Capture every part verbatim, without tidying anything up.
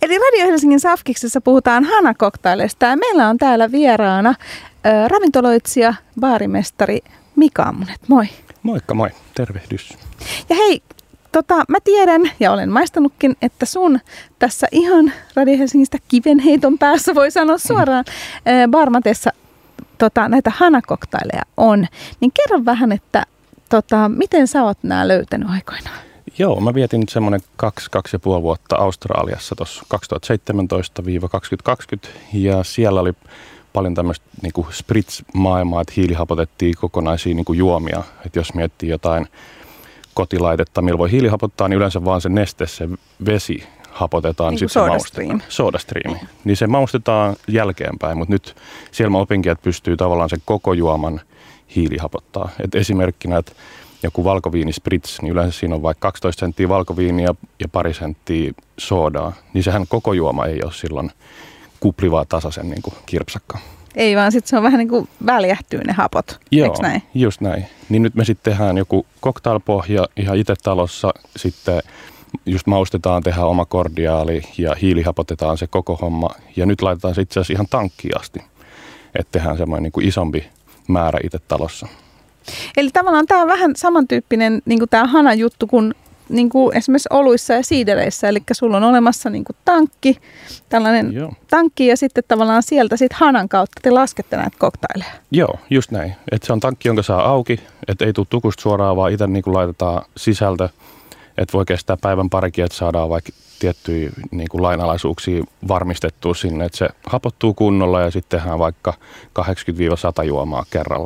Eli Radio Helsingin Safkiksessa puhutaan hanakoktaileista ja meillä on täällä vieraana ä, ravintoloitsija, baarimestari Mika Ammunet. Moi. Moikka moi, tervehdys. Ja hei, tota, mä tiedän ja olen maistanutkin, että sun tässä ihan Radio Helsingistä kivenheiton päässä voi sanoa suoraan ä, Baarmatessa tota, näitä hanakoktaileja on. Niin kerro vähän, että tota, miten sä oot nää löytänyt aikoinaan? Joo, mä vietin nyt semmoinen kaksi, kaksi ja puoli vuotta Australiassa tuossa kaksituhattaseitsemäntoista kaksituhattakaksikymmentä ja siellä oli paljon tämmöistä niinku spritz-maailmaa, että hiilihapotettiin kokonaisia niinku juomia. Että jos miettii jotain kotilaitetta, millä voi hiilihapottaa, niin yleensä vaan se neste, se vesi hapotetaan. Niin sitten kuin SodaStream. SodaStream. Niin se maustetaan jälkeenpäin, mutta nyt siellä mä opinkin, että pystyy tavallaan sen koko juoman hiilihapottaa. Et esimerkkinä, että joku valkoviini spritz, niin yleensä siinä on vaikka kaksitoista senttiä valkoviinia ja pari senttiä soodaa, niin sehän koko juoma ei ole silloin kuplivaa tasaisen niin kuin kirpsakka. Ei vaan sitten se on vähän niin kuin väljähtyy ne hapot, Joo, eikö näin? Just näin. Niin nyt me sitten tehdään joku cocktailpohja ihan itse talossa, sitten just maustetaan, tehdään oma kordiaali ja hiilihapotetaan se koko homma. Ja nyt laitetaan se itse asiassa ihan tankkiin asti, että tehdään semmoinen niin kuin isompi määrä itse talossa. Eli tavallaan tämä on vähän samantyyppinen niin kuin tämä hana-juttu kuin, niin kuin esimerkiksi oluissa ja siidereissä. Eli sulla on olemassa niin kuin tankki, tällainen Joo. tankki ja sitten tavallaan sieltä sit hanan kautta te laskette näitä koktaileja. Joo, just näin. Että se on tankki, jonka saa auki, että ei tule tukusta suoraan, vaan itse niin kuin laitetaan sisältö. Että voi kestää päivän parikin, että saadaan vaikka tiettyjä niin kuin lainalaisuuksia varmistettua sinne, että se hapottuu kunnolla ja sitten tehdään vaikka kahdeksankymmentä sata juomaa kerralla.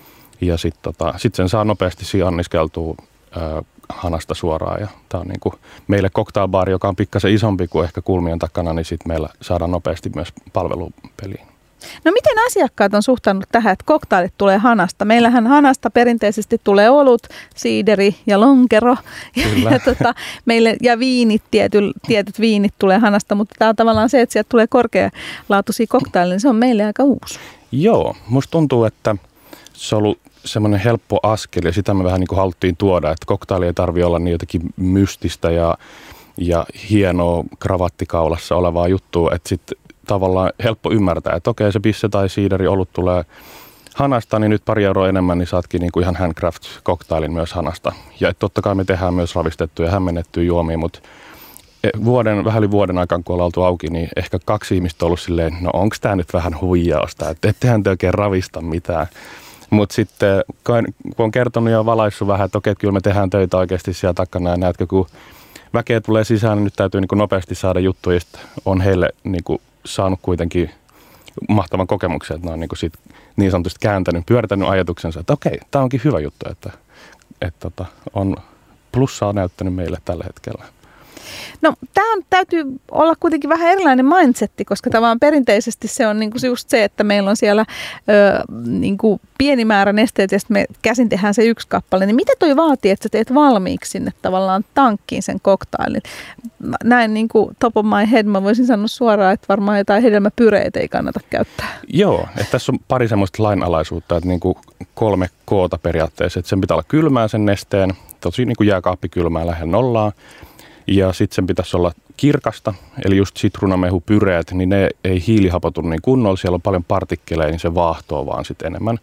Ja sitten tota, sit sen saa nopeasti siinä anniskeltua ää, hanasta suoraan. Ja tää on niinku meille cocktailbaari, joka on pikkasen isompi kuin ehkä kulmien takana, niin sitten meillä saadaan nopeasti myös palvelupeliin. No miten asiakkaat on suhtautunut tähän, että koktailit tulee hanasta? Meillähän hanasta perinteisesti tulee olut, siideri ja lonkero. Ja, ja, tota, meille, ja viinit, tiety, tietyt viinit tulee hanasta, mutta tämä on tavallaan se, että sieltä tulee korkealaatuisia koktaileja, niin se on meille aika uusi. Joo, musta tuntuu, että se on ollut semmoinen helppo askel ja sitä me vähän niin kuin haluttiin tuoda, että koktaili ei tarvitse olla niin jotenkin mystistä ja, ja hienoa kravattikaulassa olevaa juttua, että sitten tavallaan helppo ymmärtää, että okei se pisse tai siideri olut tulee hanasta, niin nyt pari euroa enemmän, niin saatkin niin kuin ihan handcraft-koktailin myös hanasta. Ja totta kai me tehdään myös ravistettuja ja hämmennettyjä juomia, mutta vuoden, vähän yli vuoden aikaan, kun ollaan oltu auki, niin ehkä kaksi ihmistä on ollut silleen, no onko tämä nyt vähän huijausta, että ettehän te oikein ravista mitään. Mutta sitten kun on kertonut ja valaissut vähän, että okei, että kyllä me tehdään töitä oikeasti siellä takana ja näetkö, kun väkeä tulee sisään, niin nyt täytyy niin kuin nopeasti saada juttuja, ja on heille niin kuin saanut kuitenkin mahtavan kokemuksen, että ne on niin, kuin sit niin sanotusti kääntänyt, pyöritänyt ajatuksensa, että okei, tämä onkin hyvä juttu, että, että, että on plussaa näyttänyt meille tällä hetkellä. No tämä täytyy olla kuitenkin vähän erilainen mindsetti, koska tavallaan perinteisesti se on niinku just se, että meillä on siellä ö, niinku pieni määrä nesteet ja sitten me käsin tehdään se yksi kappale. Niin mitä toi vaatii, että sä teet valmiiksi sinne tavallaan tankkiin sen koktailin? Näin niinku top of my head mä voisin sanoa suoraan, että varmaan jotain hedelmäpyreitä ei kannata käyttää. Joo, että tässä on pari semmoista lainalaisuutta, että niinku kolme koota periaatteessa, että sen pitää olla kylmää sen nesteen, tosi niinku jääkaappikylmää lähellä nollaa. Ja sitten sen pitäisi olla kirkasta, eli just sitruunamehupyreet, niin ne ei hiilihapotu niin kunnolla, siellä on paljon partikkeleja, niin se vaahtoo vaan sitten enemmän.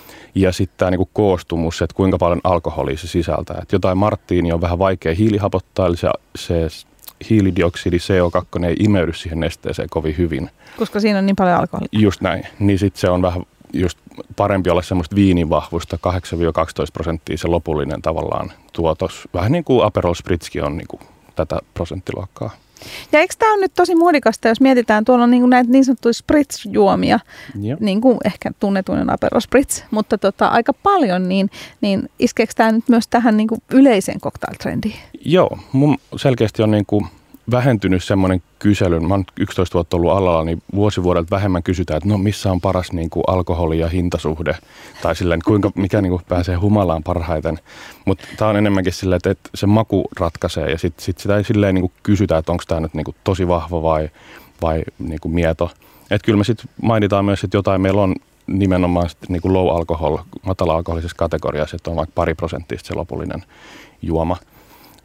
Ja sitten tämä niinku koostumus, että kuinka paljon alkoholia se sisältää. Et jotain marttiinia on vähän vaikea hiilihapottaa, eli se, se hiilidioksidi C O kaksi ei imeydy siihen nesteeseen kovin hyvin. Koska siinä on niin paljon alkoholia. Just näin, niin sitten se on vähän just parempi olla semmoista viinin vahvusta, kahdeksan kaksitoista prosenttia se lopullinen tavallaan tuotos. Vähän niin kuin Aperol Spritzkin on niin kuin tätä prosenttiluokkaa. Ja eikö tämä ole nyt tosi muodikasta, jos mietitään, tuolla on niin näitä niin sanottuja spritz-juomia, ja. Niin kuin ehkä tunnetuinen Aperol Spritz, mutta tota, aika paljon, niin, niin iskeekö tämä nyt myös tähän niin kuin yleiseen cocktail-trendiin? Joo, mun selkeästi on niin kuin vähentynyt semmoinen kysely. Mä oon yksitoista vuotta ollut alalla, niin vuosi vuodelta vähemmän kysytään, että no missä on paras niin kuin alkoholi- ja hintasuhde, tai silleen, kuinka, mikä niin kuin pääsee humalaan parhaiten. Mutta tämä on enemmänkin silleen, että, että se maku ratkaisee, ja sitten sit sitä ei silleen niin kuin kysytä, että onko tämä nyt niin kuin tosi vahva vai, vai niin kuin mieto. Että kyllä me sitten mainitaan myös, että jotain meillä on nimenomaan niin kuin low alcohol, matala-alkoholisessa kategoriassa, että on vaikka pari prosenttista se lopullinen juoma.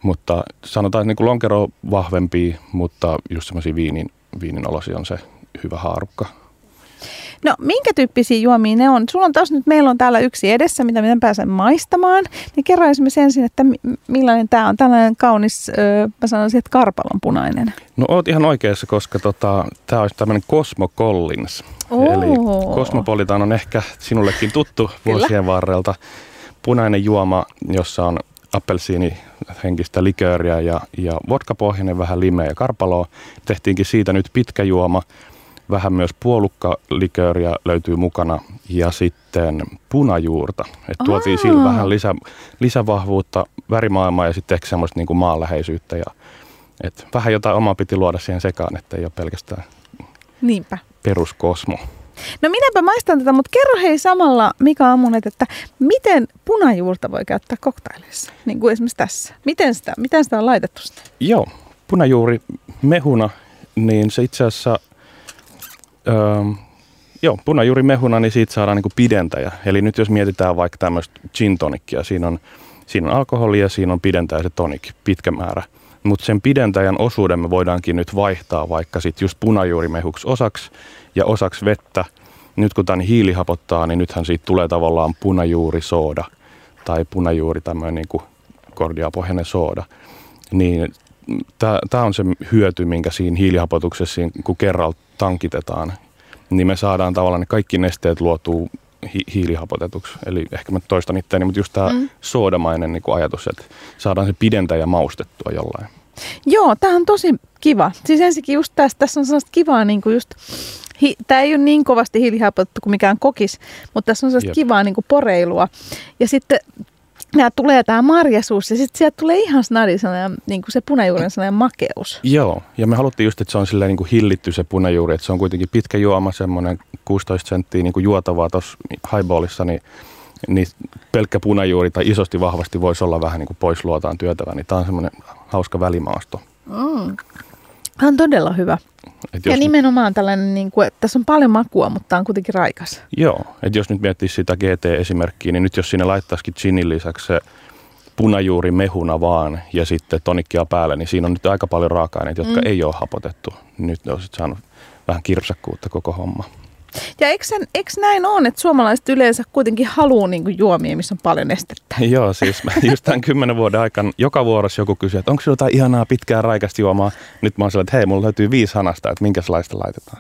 Mutta sanotaan, että niin kuin lonkero vahvempia, mutta just semmoisia viinin, viinin olosia on se hyvä haarukka. No minkä tyyppisiä juomia ne on? Sulla on taas nyt, meillä on täällä yksi edessä, mitä minä pääsen maistamaan. Niin kerro esimerkiksi ensin, että millainen tämä on. Tällainen kaunis, öö, mä sanoisin, että karpalonpunainen. No oot ihan oikeassa, koska tota, tämä olisi tämmöinen Cosmo Collins. Oo. Eli Cosmopolitan on ehkä sinullekin tuttu vuosien varrelta. Punainen juoma, jossa on appelsiinihenkistä likööriä ja, ja vodkapohjainen, vähän limeä ja karpaloa. Tehtiinkin siitä nyt pitkä juoma. Vähän myös puolukkalikööriä löytyy mukana ja sitten punajuurta. Et tuotiin sillä vähän lisä, lisävahvuutta värimaailmaa ja sitten ehkä semmoista niin kuin maanläheisyyttä. Ja, et vähän jotain omaa piti luoda siihen sekaan, että ei ole pelkästään Niinpä. peruskosmo. No minäpä maistan tätä, mutta kerro hei samalla Mika Ammunet, että miten punajuurta voi käyttää cocktailissa, niin kuin esimerkiksi tässä. Miten sitä, miten sitä on laitettu sitä? Joo, punajuuri mehuna, niin se itse asiassa... Öö, joo, punajuuri mehuna, niin siitä saadaan niinku pidentäjä. Eli nyt jos mietitään vaikka tämmöistä gin tonickia, siinä on, siinä on alkoholia, siinä on pidentäjä se tonic, pitkä määrä. Mutta sen pidentäjän osuuden me voidaankin nyt vaihtaa vaikka sitten just punajuurimehuksi osaksi ja osaksi vettä. Nyt kun tämän hiili hapottaa, niin nythän siitä tulee tavallaan punajuurisooda tai punajuuri tämmöinen niinku kordiapohjainen sooda. Niin tämä on se hyöty, minkä siinä hiilihapotuksessa, kun kerralla tankitetaan, niin me saadaan tavallaan ne kaikki nesteet luotua hi- hiilihapotetuksi. Eli ehkä mä toistan itseäni, mutta just tämä mm. soodamainen niin kuin ajatus, että saadaan se pidentäjä maustettua jollain. Joo, tämä on tosi kiva. Siis ensinnäkin just tässä, tässä on sellaista kivaa, niin kuin just, hi, tämä ei ole niin kovasti hiilihapotettu kuin mikään kokis, mutta tässä on sellaista Jep. kivaa niin kuin poreilua. Ja sitten nämä tulee tämä marjasuus ja sitten sieltä tulee ihan snadi sellainen, niin kuin se punajuuren sellainen makeus. Joo, ja me haluttiin just, että se on silleen niin kuin hillitty se punajuuri, että se on kuitenkin pitkä juoma, semmoinen kuusitoista senttiä niin kuin juotavaa tuossa highballissa, niin, niin pelkkä punajuuri tai isosti vahvasti voisi olla vähän niin kuin pois luotaan työtävä, niin tämä on semmoinen hauska välimaasto. Mm. Tämä on todella hyvä. Et ja nimenomaan tällainen, niin kuin, että tässä on paljon makua, mutta tämä on kuitenkin raikas. Joo, että jos nyt miettii sitä G T-esimerkkiä, niin nyt jos sinne laittaisikin ginin lisäksi se punajuuri mehuna vaan ja sitten tonikkia päälle, niin siinä on nyt aika paljon raaka-aineita, jotka mm. ei ole hapotettu. Nyt ne on sitten saanut vähän kirsakkuutta koko homma. Ja eikö, sen, eikö näin ole, että suomalaiset yleensä kuitenkin haluaa niin kuin juomia, missä on paljon nestettä? Joo, siis just tämän kymmenen vuoden aikana joka vuorossa joku kysyy, että onko sinulla jotain ihanaa pitkää raikasta juomaa? Nyt mä oon sellainen, että hei, mulla löytyy viisi hanasta, että minkälaista laitetaan.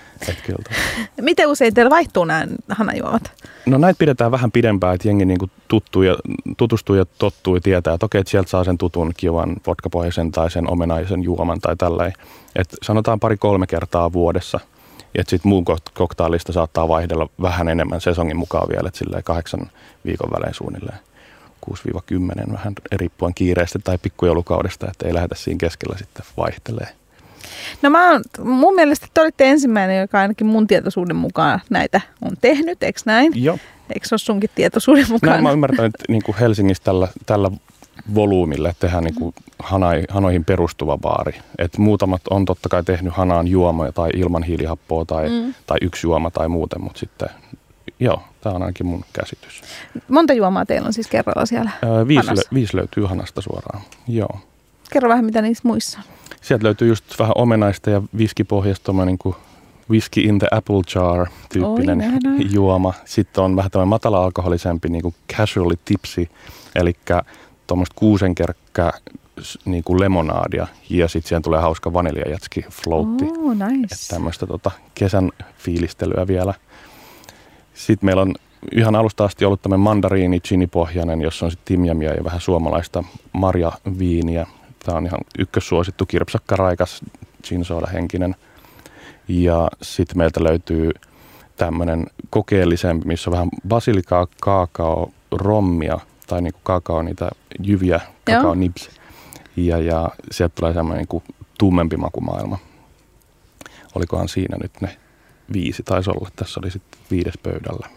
Miten usein teillä vaihtuu nämä hanajuomat? No näitä pidetään vähän pidempään, että jengi niinku tuttuu ja, tutustuu ja tottuu ja tietää, että okei, että sieltä saa sen tutun kivan vodkapohjaisen tai sen omenaisen juoman tai tälleen. Että sanotaan pari-kolme kertaa vuodessa. Ja sitten muun koktailista saattaa vaihdella vähän enemmän sesongin mukaan vielä, että silleen kahdeksan viikon välein suunnilleen kuusi kymmenen vähän riippuen kiireestä tai pikkujoulukaudesta, että ei lähdetä siinä keskellä sitten vaihtelee. No mä oon, mun mielestä te olitte ensimmäinen, joka ainakin mun tietoisuuden mukaan näitä on tehnyt, eikö näin? Joo. Eikö se ole sunkin tietoisuuden mukaan? Näin mä ymmärtänyt, että niin kuin Helsingissä tällä, tällä volyymilla tehdään niin kuin hanai, hanoihin perustuva baari. Et muutamat on totta kai tehnyt hanaan juomoja tai ilman hiilihappoa tai, mm. tai yksi juoma tai muuten, mutta sitten joo, tämä on ainakin mun käsitys. Monta juomaa teillä on siis kerralla siellä öö, viisi, lö, viisi löytyy hanasta suoraan, joo. Kerro vähän, mitä niissä muissa on. Sieltä löytyy just vähän omenaista ja viskipohjasta, niin kuin whisky in the apple jar -tyyppinen Oi, juoma. Sitten on vähän tämmöinen matala-alkoholisempi, niin kuin casually tipsy, eli tuommoista kuusenkerkkä niin kuin lemonaadia ja sitten siihen tulee hauska vaniljajätski floaty. Oh, nice. Tämmöistä tota, kesän fiilistelyä vielä. Sitten meillä on ihan alusta asti ollut tämmöinen mandariini ginipohjainen, jossa on sitten timjamia ja vähän suomalaista marjaviiniä. Tämä on ihan ykkössuosittu, kirpsakka, raikas, gin-soda henkinen. Ja sitten meiltä löytyy tämmöinen kokeellisempi, missä on vähän basilikaa, kaakao, rommia tai niinku kakao, niitä jyviä, kakao nibs. Ja, ja sieltä tulee semmoinen niinku tummempi makumaailma. Olikohan siinä nyt ne viisi taisi olla. Tässä oli sitten viides pöydällä.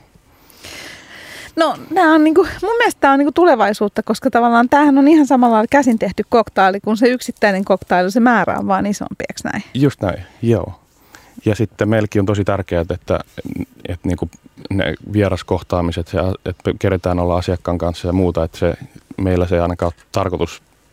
No nämä on niinku, mun mielestä tämä on niinku tulevaisuutta, koska tavallaan tämähän on ihan samalla lailla käsin tehty koktaili, kun se yksittäinen koktaili, se määrä on vaan isompi, eikö näin? Just näin, joo. Ja sitten meilläkin on tosi tärkeää, että, että niinku ne vieraskohtaamiset, se, että keretään olla asiakkaan kanssa ja muuta, että se, meillä se ei ainakaan ole tarkoitus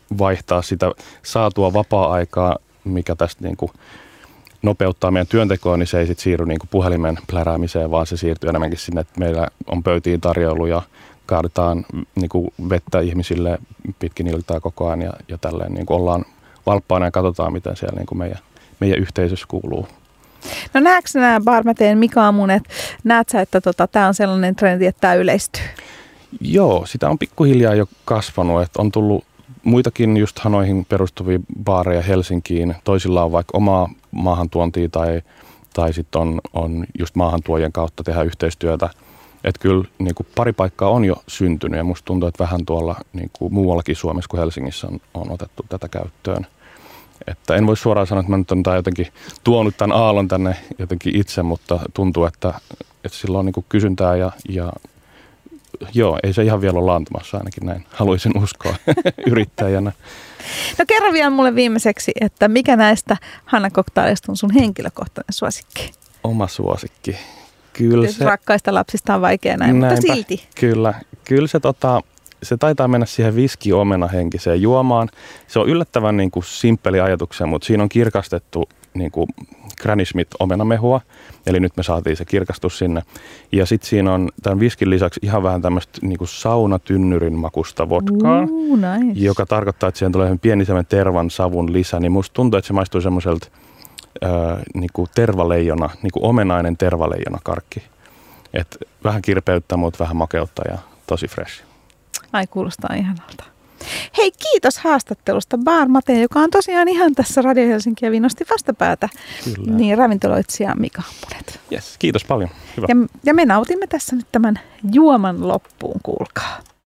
vaihtaa sitä saatua vapaa-aikaa, mikä tästä niin kuin nopeuttaa meidän työntekoa, niin se ei sitten siirry niin kuin puhelimen pläräämiseen, vaan se siirtyy enemmänkin sinne, että meillä on pöytiin tarjoiluja, kaadetaan niin kuin vettä ihmisille pitkin iltaa koko ajan ja, ja tälleen niin kuin ollaan valppaana ja katsotaan, miten siellä niin kuin meidän, meidän yhteisössä kuuluu. No näetkö nämä Barmateen Mika Amunet, näet sä, että tota, tämä on sellainen trendi, että tämä yleistyy? Joo, sitä on pikkuhiljaa jo kasvanut, että on tullut muitakin just Hanoihin perustuvia baareja Helsinkiin. Toisilla on vaikka omaa maahantuontia tai, tai sitten on, on just maahantuojien kautta tehdä yhteistyötä. Että kyllä niin kuin pari paikkaa on jo syntynyt ja musta tuntuu, että vähän tuolla niin kuin muuallakin Suomessa kuin Helsingissä on, on otettu tätä käyttöön. Että en voi suoraan sanoa, että mä nyt on jotenkin tuonut tämän aallon tänne jotenkin itse, mutta tuntuu, että, että sillä on niin kuin kysyntää ja, ja joo, ei se ihan vielä ole laantumassa, ainakin näin haluaisin uskoa yrittäjänä. No kerro vielä mulle viimeiseksi, että mikä näistä Hanna-koktaaleista on sun henkilökohtainen suosikki? Oma suosikki. Kyllä se, rakkaista lapsista on vaikea näin, näinpä, mutta silti. Kyllä, kyllä se, tota, se taitaa mennä siihen viski-omena-henkiseen juomaan. Se on yllättävän niin kuin simppeli ajatuksia, mutta siinä on kirkastettu niin kuin Granny Smith omenamehua. Eli nyt me saatiin se kirkastus sinne. Ja sitten siinä on tämän viskin lisäksi ihan vähän tämmöistä niin kuin saunatynnyrin makusta vodkaa, uh, nice. joka tarkoittaa, että siihen tulee pieni semmoinen tervan savun lisä. Niin musta tuntuu, että se maistuu semmoiselta äh, niin kuin tervaleijona, niin kuin omenainen tervaleijona karkki. Et vähän kirpeyttä, mutta vähän makeutta ja tosi fresh. Ai, kuulostaa ihanalta. Hei, kiitos haastattelusta Barmateen, joka on tosiaan ihan tässä Radio Helsinkiä Vinosti vastapäätä. Kyllä. Niin ravintoloitsija Mika Amunet. Yes, kiitos paljon. Hyvä. Ja, ja me nautimme tässä nyt tämän juoman loppuun, kuulkaa.